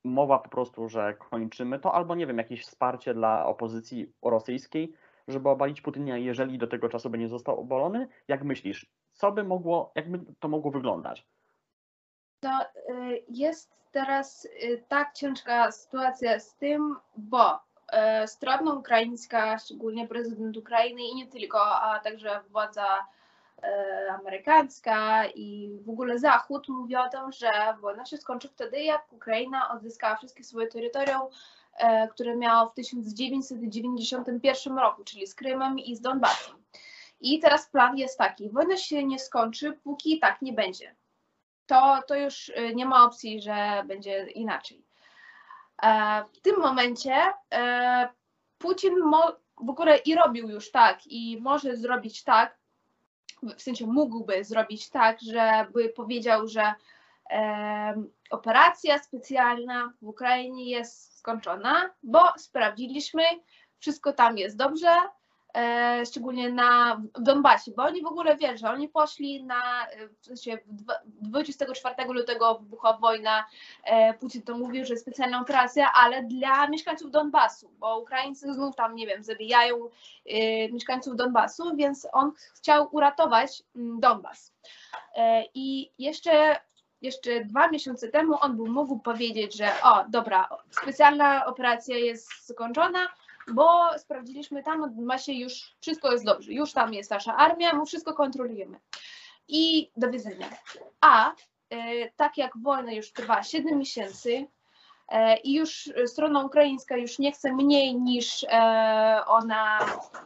mowa po prostu, że kończymy to, albo nie wiem, jakieś wsparcie dla opozycji rosyjskiej, żeby obalić Putina, jeżeli do tego czasu będzie został obalony? Jak myślisz, jakby to mogło wyglądać? To jest teraz tak ciężka sytuacja z tym, bo strona ukraińska, szczególnie prezydent Ukrainy i nie tylko, a także władza amerykańska i w ogóle Zachód mówi o tym, że wojna się skończy wtedy, jak Ukraina odzyskała wszystkie swoje terytorium, które miała w 1991 roku, czyli z Krymem i z Donbasem. I teraz plan jest taki, wojna się nie skończy, póki tak nie będzie. To już nie ma opcji, że będzie inaczej. W tym momencie Putin w ogóle i robił już tak i może zrobić tak, w sensie mógłby zrobić tak, żeby powiedział, że operacja specjalna w Ukrainie jest skończona, bo sprawdziliśmy, wszystko tam jest dobrze, szczególnie w Donbasie, bo oni w ogóle wiesz, że oni poszli w sensie 24 lutego wybuchła wojna, Putin to mówił, że specjalna operacja, ale dla mieszkańców Donbasu, bo Ukraińcy znów tam, nie wiem, zabijają mieszkańców Donbasu, więc on chciał uratować Donbas. I jeszcze 2 miesiące temu on mógł powiedzieć, że dobra, specjalna operacja jest skończona, bo sprawdziliśmy tam na Donbasie, już wszystko jest dobrze, już tam jest nasza armia, my wszystko kontrolujemy. I do widzenia. Tak jak wojna już trwa 7 miesięcy i już strona ukraińska już nie chce mniej niż ona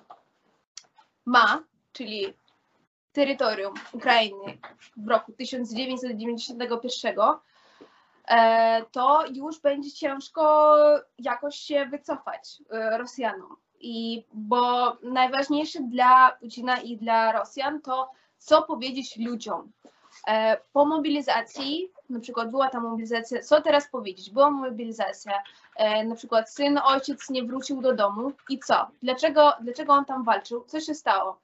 ma, czyli terytorium Ukrainy w roku 1991, to już będzie ciężko jakoś się wycofać Rosjanom. Bo najważniejsze dla Putina i dla Rosjan to, co powiedzieć ludziom. Po mobilizacji, na przykład była ta mobilizacja, co teraz powiedzieć? Była mobilizacja, na przykład ojciec nie wrócił do domu i co? Dlaczego on tam walczył? Co się stało?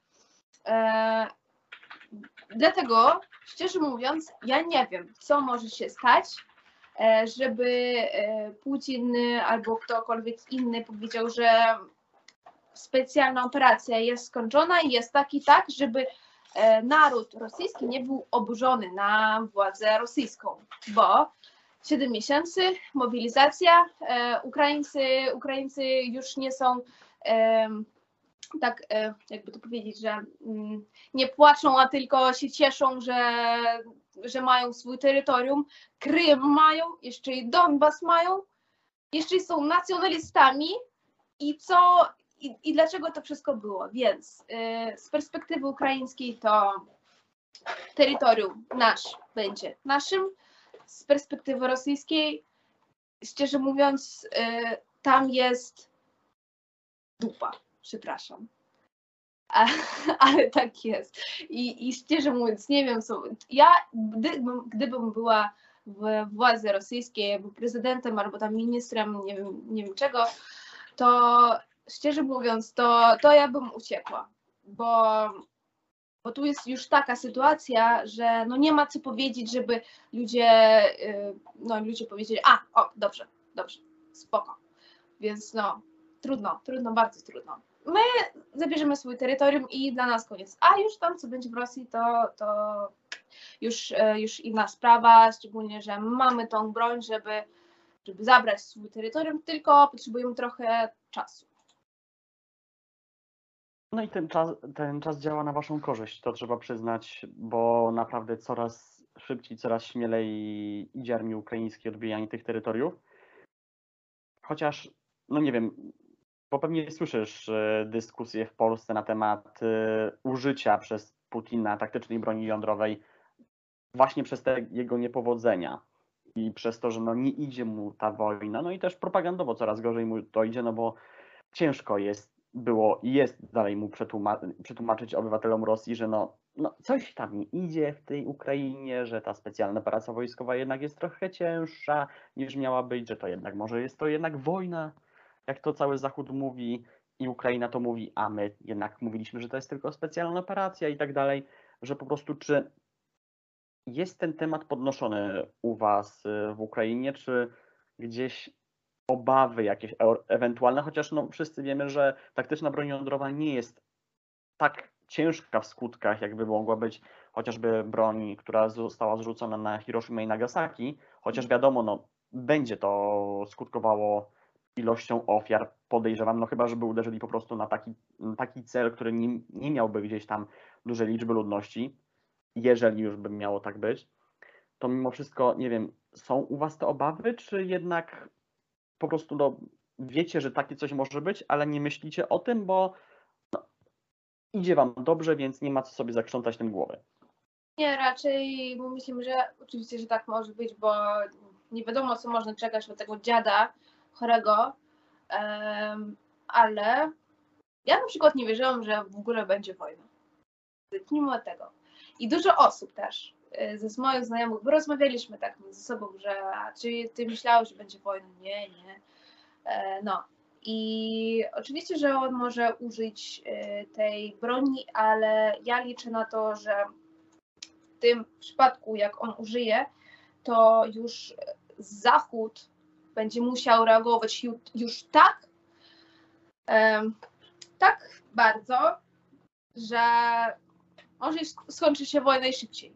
Dlatego, szczerze mówiąc, ja nie wiem, co może się stać, żeby Putin albo ktokolwiek inny powiedział, że specjalna operacja jest skończona i jest tak i tak, żeby naród rosyjski nie był oburzony na władzę rosyjską, bo 7 miesięcy, mobilizacja, Ukraińcy już nie są tak, jakby to powiedzieć, że nie płaczą, a tylko się cieszą, że mają swój terytorium. Krym mają, jeszcze i Donbas mają, jeszcze są nacjonalistami i dlaczego to wszystko było? Więc z perspektywy ukraińskiej to terytorium będzie naszym, z perspektywy rosyjskiej, szczerze mówiąc, tam jest dupa, przepraszam. Ale tak jest. I szczerze mówiąc, nie wiem co. Ja, gdybym była w władzy rosyjskiej, albo prezydentem, albo tam ministrem, nie wiem czego, to szczerze mówiąc, to ja bym uciekła. Bo tu jest już taka sytuacja, że no nie ma co powiedzieć, żeby ludzie powiedzieli, dobrze, spoko. Więc trudno, bardzo trudno. My zabierzemy swój terytorium i dla nas koniec. A już tam, co będzie w Rosji, to już inna sprawa, szczególnie, że mamy tą broń, żeby zabrać swój terytorium, tylko potrzebujemy trochę czasu. No i ten czas działa na waszą korzyść, to trzeba przyznać, bo naprawdę coraz szybciej, coraz śmielej idzie armii ukraińskiej odbijanie tych terytoriów. Chociaż, no nie wiem, bo pewnie słyszysz dyskusje w Polsce na temat użycia przez Putina taktycznej broni jądrowej właśnie przez te jego niepowodzenia i przez to, że no nie idzie mu ta wojna, no i też propagandowo coraz gorzej mu to idzie, no bo ciężko było i jest dalej mu przetłumaczyć obywatelom Rosji, że no coś tam nie idzie w tej Ukrainie, że ta specjalna operacja wojskowa jednak jest trochę cięższa niż miała być, że to jednak może jest to jednak wojna, jak to cały Zachód mówi i Ukraina to mówi, a my jednak mówiliśmy, że to jest tylko specjalna operacja i tak dalej, że po prostu czy jest ten temat podnoszony u was w Ukrainie, czy gdzieś obawy jakieś ewentualne, chociaż no, wszyscy wiemy, że taktyczna broń jądrowa nie jest tak ciężka w skutkach, jakby mogła być chociażby broń, która została zrzucona na Hiroshima i Nagasaki, chociaż wiadomo, no, będzie to skutkowało ilością ofiar, podejrzewam, no chyba, żeby uderzyli po prostu na taki cel, który nie miałby gdzieś tam dużej liczby ludności, jeżeli już by miało tak być, to mimo wszystko, nie wiem, są u Was te obawy, czy jednak po prostu no, wiecie, że takie coś może być, ale nie myślicie o tym, bo idzie Wam dobrze, więc nie ma co sobie zakrzątać tym głowy. Nie, raczej myślimy, że oczywiście, że tak może być, bo nie wiadomo, co można czekać od tego dziada chorego, ale ja na przykład nie wierzyłam, że w ogóle będzie wojna. Mimo tego. I dużo osób też ze moich znajomych, bo rozmawialiśmy tak ze sobą, że czy ty myślałeś, że będzie wojna? Nie. No. I oczywiście, że on może użyć tej broni, ale ja liczę na to, że w tym przypadku, jak on użyje, to już Zachód będzie musiał reagować już tak bardzo, że może skończy się wojna i szybciej.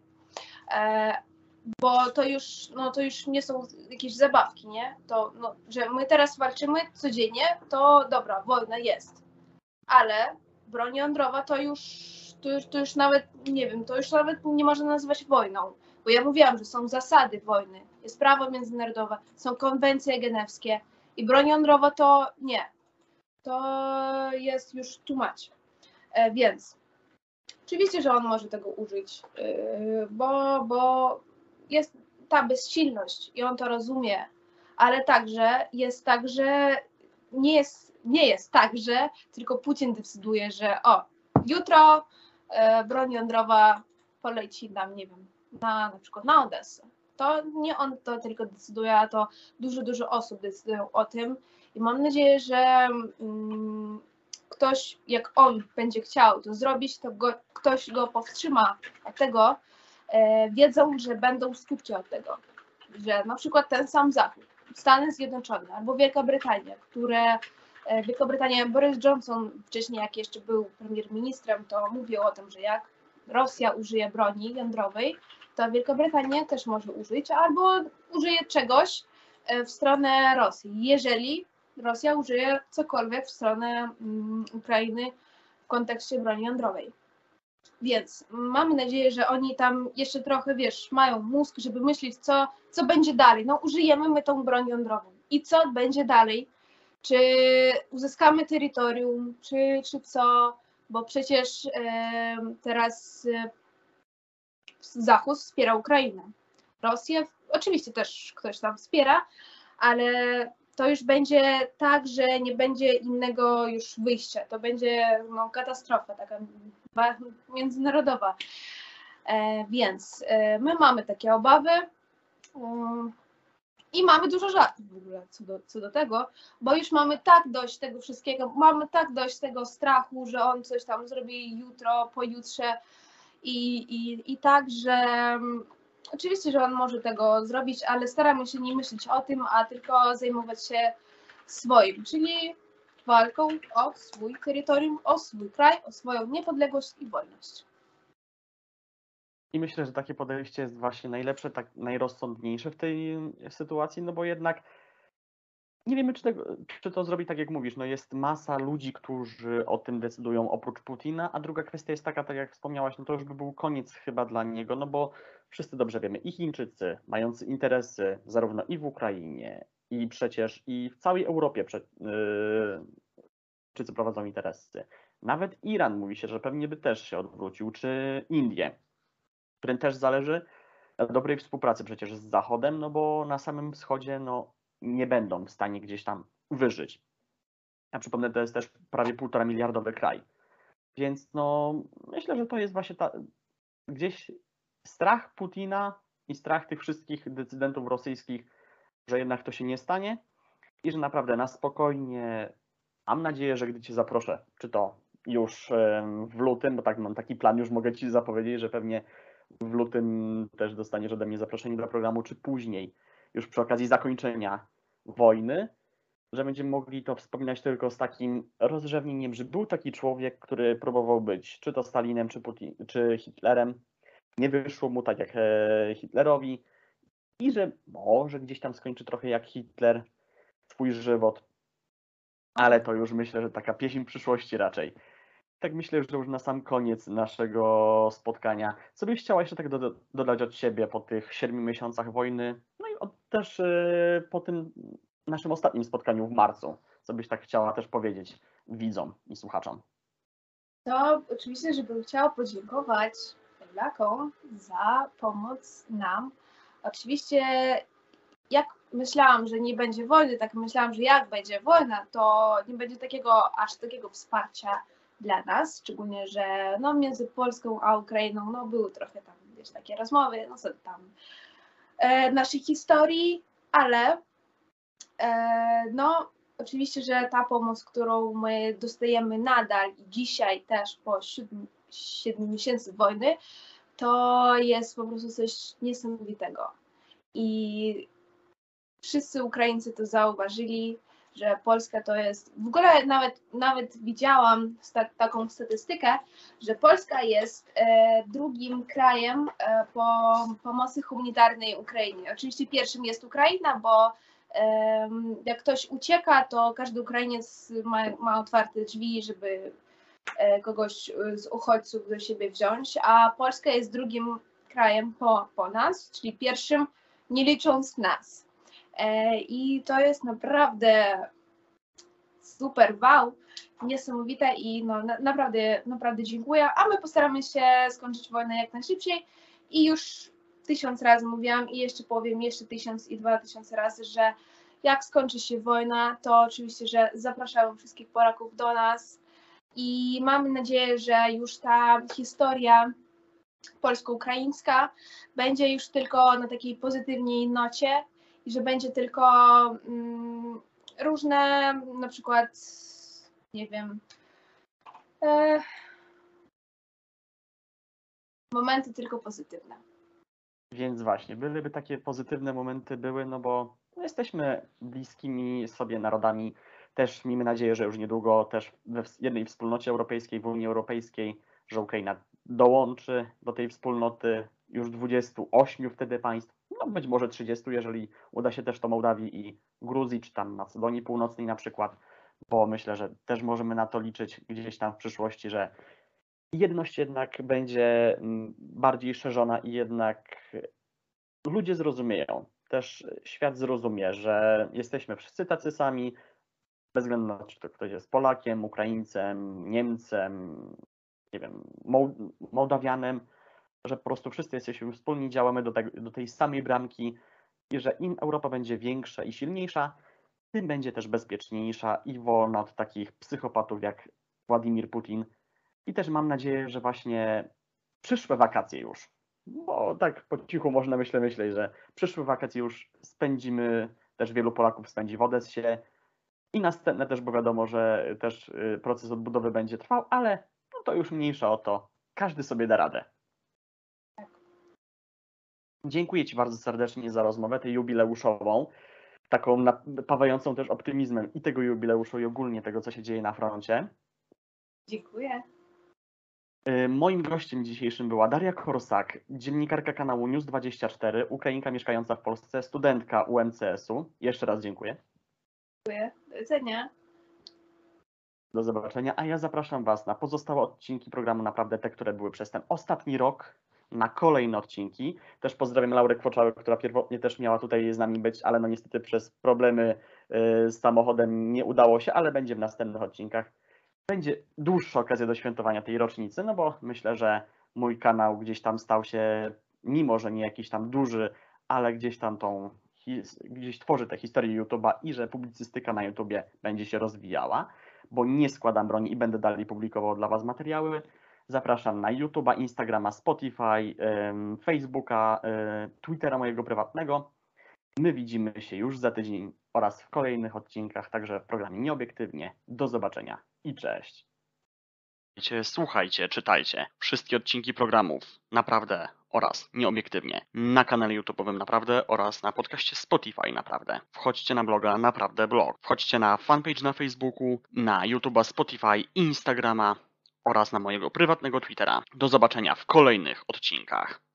Bo to już nie są jakieś zabawki, nie? To, że my teraz walczymy codziennie, to dobra, wojna jest. Ale broń jądrowa to już nawet, nie wiem, to już nawet nie można nazywać wojną. Bo ja mówiłam, że są zasady wojny, jest prawo międzynarodowe, są konwencje genewskie i broń jądrowa to nie. To jest już tłumacz. Więc oczywiście, że on może tego użyć, bo jest ta bezsilność i on to rozumie, ale także jest tak, że nie jest tak, że tylko Putin decyduje, że jutro broń jądrowa poleci nam, nie wiem, na przykład na Odessę. To nie on to tylko decyduje, a to dużo osób decydują o tym i mam nadzieję, że ktoś, jak on będzie chciał to zrobić, to ktoś go powstrzyma od tego, wiedzą, że będą skutki od tego, że na przykład ten sam Zachód, Stany Zjednoczone albo Wielka Brytania, Boris Johnson wcześniej, jak jeszcze był premier ministrem, to mówił o tym, że jak Rosja użyje broni jądrowej, to Wielka Brytania też może użyć, albo użyje czegoś w stronę Rosji, jeżeli Rosja użyje cokolwiek w stronę Ukrainy w kontekście broni jądrowej. Więc mamy nadzieję, że oni tam jeszcze trochę, mają mózg, żeby myśleć, co będzie dalej. No użyjemy my tą broń jądrową. I co będzie dalej? Czy uzyskamy terytorium, czy co? Bo przecież teraz Zachód wspiera Ukrainę. Rosję oczywiście też ktoś tam wspiera, ale to już będzie tak, że nie będzie innego już wyjścia. To będzie katastrofa taka międzynarodowa. Więc my mamy takie obawy i mamy dużo żartów w ogóle co do tego, bo już mamy tak dość tego wszystkiego, mamy tak dość tego strachu, że on coś tam zrobi jutro, pojutrze i tak, że oczywiście, że on może tego zrobić, ale staramy się nie myśleć o tym, a tylko zajmować się swoim, czyli walką o swój terytorium, o swój kraj, o swoją niepodległość i wolność. I myślę, że takie podejście jest właśnie najlepsze, tak najrozsądniejsze w tej sytuacji, no bo jednak nie wiemy, czy to zrobi tak, jak mówisz. No jest masa ludzi, którzy o tym decydują oprócz Putina, a druga kwestia jest taka, tak jak wspomniałaś, no to już by był koniec chyba dla niego, no bo wszyscy dobrze wiemy, i Chińczycy, mający interesy zarówno i w Ukrainie, i przecież i w całej Europie Chińczycy prowadzą interesy. Nawet Iran mówi się, że pewnie by też się odwrócił, czy Indie, którym też zależy na dobrej współpracy przecież z Zachodem, no bo na samym wschodzie no, nie będą w stanie gdzieś tam wyżyć. Ja przypomnę, to jest też prawie 1,5 miliardowy kraj. Więc no, myślę, że to jest właśnie gdzieś strach Putina i strach tych wszystkich decydentów rosyjskich, że jednak to się nie stanie i że naprawdę na spokojnie, mam nadzieję, że gdy Cię zaproszę, czy to już w lutym, bo tak mam taki plan, już mogę Ci zapowiedzieć, że pewnie w lutym też dostaniesz ode mnie zaproszenie do programu, czy później, już przy okazji zakończenia wojny, że będziemy mogli to wspominać tylko z takim rozrzewnieniem, że był taki człowiek, który próbował być czy to Stalinem, czy Hitlerem. Nie wyszło mu tak jak Hitlerowi i że może gdzieś tam skończy trochę jak Hitler swój żywot, ale to już myślę, że taka pieśń przyszłości raczej. Tak myślę, że już na sam koniec naszego spotkania. Co byś chciała jeszcze tak dodać od siebie po tych 7 miesiącach wojny, no i też po tym naszym ostatnim spotkaniu w marcu? Co byś tak chciała też powiedzieć widzom i słuchaczom? To oczywiście, żebym chciała podziękować Polakom za pomoc nam. Oczywiście jak myślałam, że nie będzie wojny, tak myślałam, że jak będzie wojna, to nie będzie aż takiego wsparcia dla nas, szczególnie, że no, między Polską a Ukrainą no, były trochę tam gdzieś takie rozmowy, no są tam naszej historii, ale no oczywiście, że ta pomoc, którą my dostajemy nadal i dzisiaj też po 7 miesięcy wojny, to jest po prostu coś niesamowitego. I wszyscy Ukraińcy to zauważyli, że Polska to jest, w ogóle nawet widziałam taką statystykę, że Polska jest drugim krajem po pomocy humanitarnej Ukrainie. Oczywiście pierwszym jest Ukraina, bo jak ktoś ucieka, to każdy Ukrainiec ma otwarte drzwi, żeby kogoś z uchodźców do siebie wziąć, a Polska jest drugim krajem po nas, czyli pierwszym nie licząc nas. I to jest naprawdę super, wow, niesamowite i no, naprawdę dziękuję, a my postaramy się skończyć wojnę jak najszybciej i już 1000 razy mówiłam i jeszcze powiem jeszcze 1000 i 2000 razy, że jak skończy się wojna, to oczywiście, że zapraszamy wszystkich Polaków do nas i mamy nadzieję, że już ta historia polsko-ukraińska będzie już tylko na takiej pozytywnej nocie i że będzie tylko różne, na przykład, nie wiem, momenty tylko pozytywne. Więc właśnie, byłyby takie pozytywne momenty były, no bo jesteśmy bliskimi sobie narodami. Też miejmy nadzieję, że już niedługo też w jednej wspólnocie europejskiej, w Unii Europejskiej, że Ukraina dołączy do tej wspólnoty już 28 wtedy państw, no być może 30, jeżeli uda się też to Mołdawii i Gruzji, czy tam Macedonii Północnej na przykład, bo myślę, że też możemy na to liczyć gdzieś tam w przyszłości, że jedność jednak będzie bardziej szerzona i jednak ludzie zrozumieją, też świat zrozumie, że jesteśmy wszyscy tacy sami, bez względu na to, czy to ktoś jest Polakiem, Ukraińcem, Niemcem, nie wiem, Mołdawianem, że po prostu wszyscy jesteśmy wspólni, działamy do tej samej bramki i że im Europa będzie większa i silniejsza, tym będzie też bezpieczniejsza i wolna od takich psychopatów jak Władimir Putin. I też mam nadzieję, że właśnie przyszłe wakacje już, bo tak po cichu można myśleć, że przyszłe wakacje już spędzimy, też wielu Polaków spędzi w Odessie i następne też, bo wiadomo, że też proces odbudowy będzie trwał, ale no to już mniejsza o to, każdy sobie da radę. Dziękuję Ci bardzo serdecznie za rozmowę, tę jubileuszową, taką napawającą też optymizmem i tego jubileuszu i ogólnie tego, co się dzieje na froncie. Dziękuję. Moim gościem dzisiejszym była Daria Korsak, dziennikarka kanału News24, Ukrainka mieszkająca w Polsce, studentka UMCS-u. Jeszcze raz dziękuję. Dziękuję. Do widzenia. Do zobaczenia, a ja zapraszam Was na pozostałe odcinki programu, naprawdę te, które były przez ten ostatni rok, na kolejne odcinki. Też pozdrawiam Laurę Kwoczałę, która pierwotnie też miała tutaj z nami być, ale no niestety przez problemy z samochodem nie udało się, ale będzie w następnych odcinkach. Będzie dłuższa okazja do świętowania tej rocznicy, no bo myślę, że mój kanał gdzieś tam stał się, mimo że nie jakiś tam duży, ale gdzieś tam gdzieś tworzy tę historię YouTube'a i że publicystyka na YouTubie będzie się rozwijała, bo nie składam broni i będę dalej publikował dla Was materiały. Zapraszam na YouTube'a, Instagrama, Spotify, Facebooka, Twittera mojego prywatnego. My widzimy się już za tydzień oraz w kolejnych odcinkach, także w programie Nieobiektywnie. Do zobaczenia i cześć. Słuchajcie, czytajcie wszystkie odcinki programów Naprawdę oraz Nieobiektywnie na kanale YouTube'owym Naprawdę oraz na podcaście Spotify Naprawdę. Wchodźcie na bloga Naprawdę Blog. Wchodźcie na fanpage na Facebooku, na YouTube'a, Spotify, Instagrama oraz na mojego prywatnego Twittera. Do zobaczenia w kolejnych odcinkach.